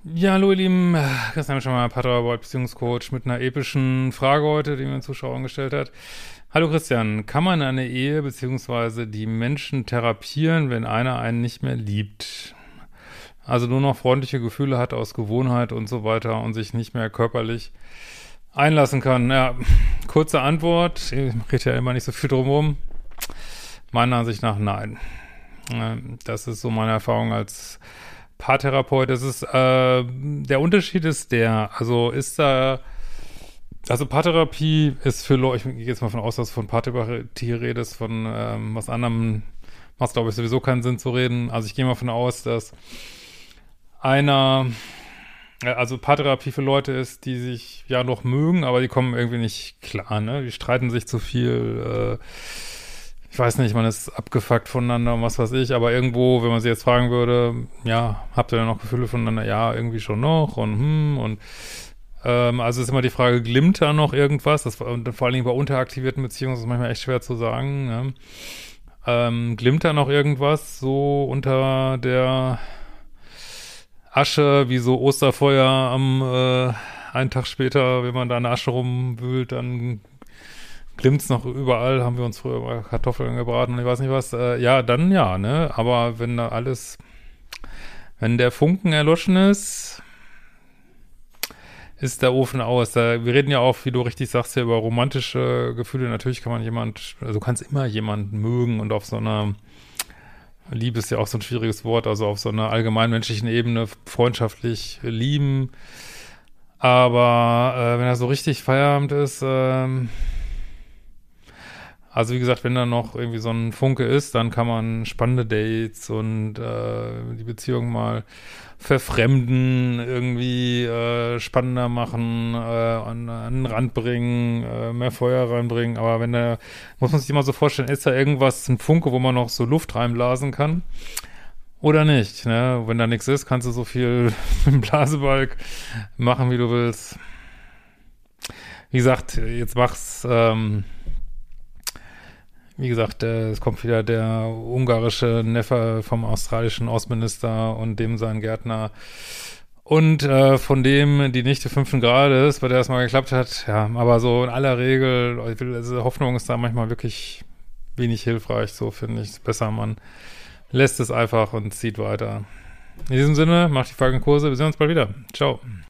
Ja, hallo ihr Lieben, Christian schon mal Paartherapeut, Beziehungscoach mit einer epischen Frage heute, die mir ein Zuschauer gestellt hat. Hallo Christian, kann man eine Ehe beziehungsweise die Menschen therapieren, wenn einer einen nicht mehr liebt? Also nur noch freundliche Gefühle hat aus Gewohnheit und so weiter und sich nicht mehr körperlich einlassen kann. Ja, kurze Antwort, ich rede ja immer nicht so viel drumherum. Meiner Ansicht nach nein. Das ist so meine Erfahrung als Paartherapeut. Der Unterschied ist also Paartherapie ist für Leute, ich gehe jetzt mal von aus, dass du von Paartherapie redest, von was anderem macht, glaube ich, sowieso keinen Sinn zu reden. Also ich gehe mal von aus, dass einer, also Paartherapie für Leute ist, die sich ja noch mögen, aber die kommen irgendwie nicht klar, ne? Die streiten sich zu viel, ich weiß nicht, man ist abgefuckt voneinander und was weiß ich, aber irgendwo, wenn man sie jetzt fragen würde, ja, habt ihr denn noch Gefühle voneinander? Ja, irgendwie schon noch also ist immer die Frage, glimmt da noch irgendwas? Und vor allen Dingen bei unteraktivierten Beziehungen ist es manchmal echt schwer zu sagen, ne? Glimmt da noch irgendwas so unter der Asche, wie so Osterfeuer einen Tag später, wenn man da in der Asche rumwühlt, dann glimmt's noch überall, haben wir uns früher mal Kartoffeln gebraten und ich weiß nicht was, ja, dann ja, ne? Aber wenn der Funken erloschen ist der Ofen aus. Wir reden ja auch, wie du richtig sagst, ja über romantische Gefühle. Natürlich kann man also du kannst immer jemanden mögen und auf so einer Liebe ist ja auch so ein schwieriges Wort, also auf so einer allgemeinmenschlichen Ebene freundschaftlich lieben. Aber wenn er so richtig Feierabend ist, also wie gesagt, wenn da noch irgendwie so ein Funke ist, dann kann man spannende Dates und die Beziehung mal verfremden, irgendwie spannender machen, an den Rand bringen, mehr Feuer reinbringen. Aber muss man sich immer so vorstellen, ist da irgendwas, ein Funke, wo man noch so Luft reinblasen kann oder nicht, ne? Wenn da nichts ist, kannst du so viel mit dem Blasebalg machen, wie du willst. Wie gesagt, wie gesagt, es kommt wieder der ungarische Neffe vom australischen Außenminister und dem sein Gärtner und von dem die Nichte 5. Grades, bei der es mal geklappt hat. Ja, aber so in aller Regel, also Hoffnung ist da manchmal wirklich wenig hilfreich, so finde ich es besser. Man lässt es einfach und zieht weiter. In diesem Sinne, macht die folgenden Kurse. Wir sehen uns bald wieder. Ciao.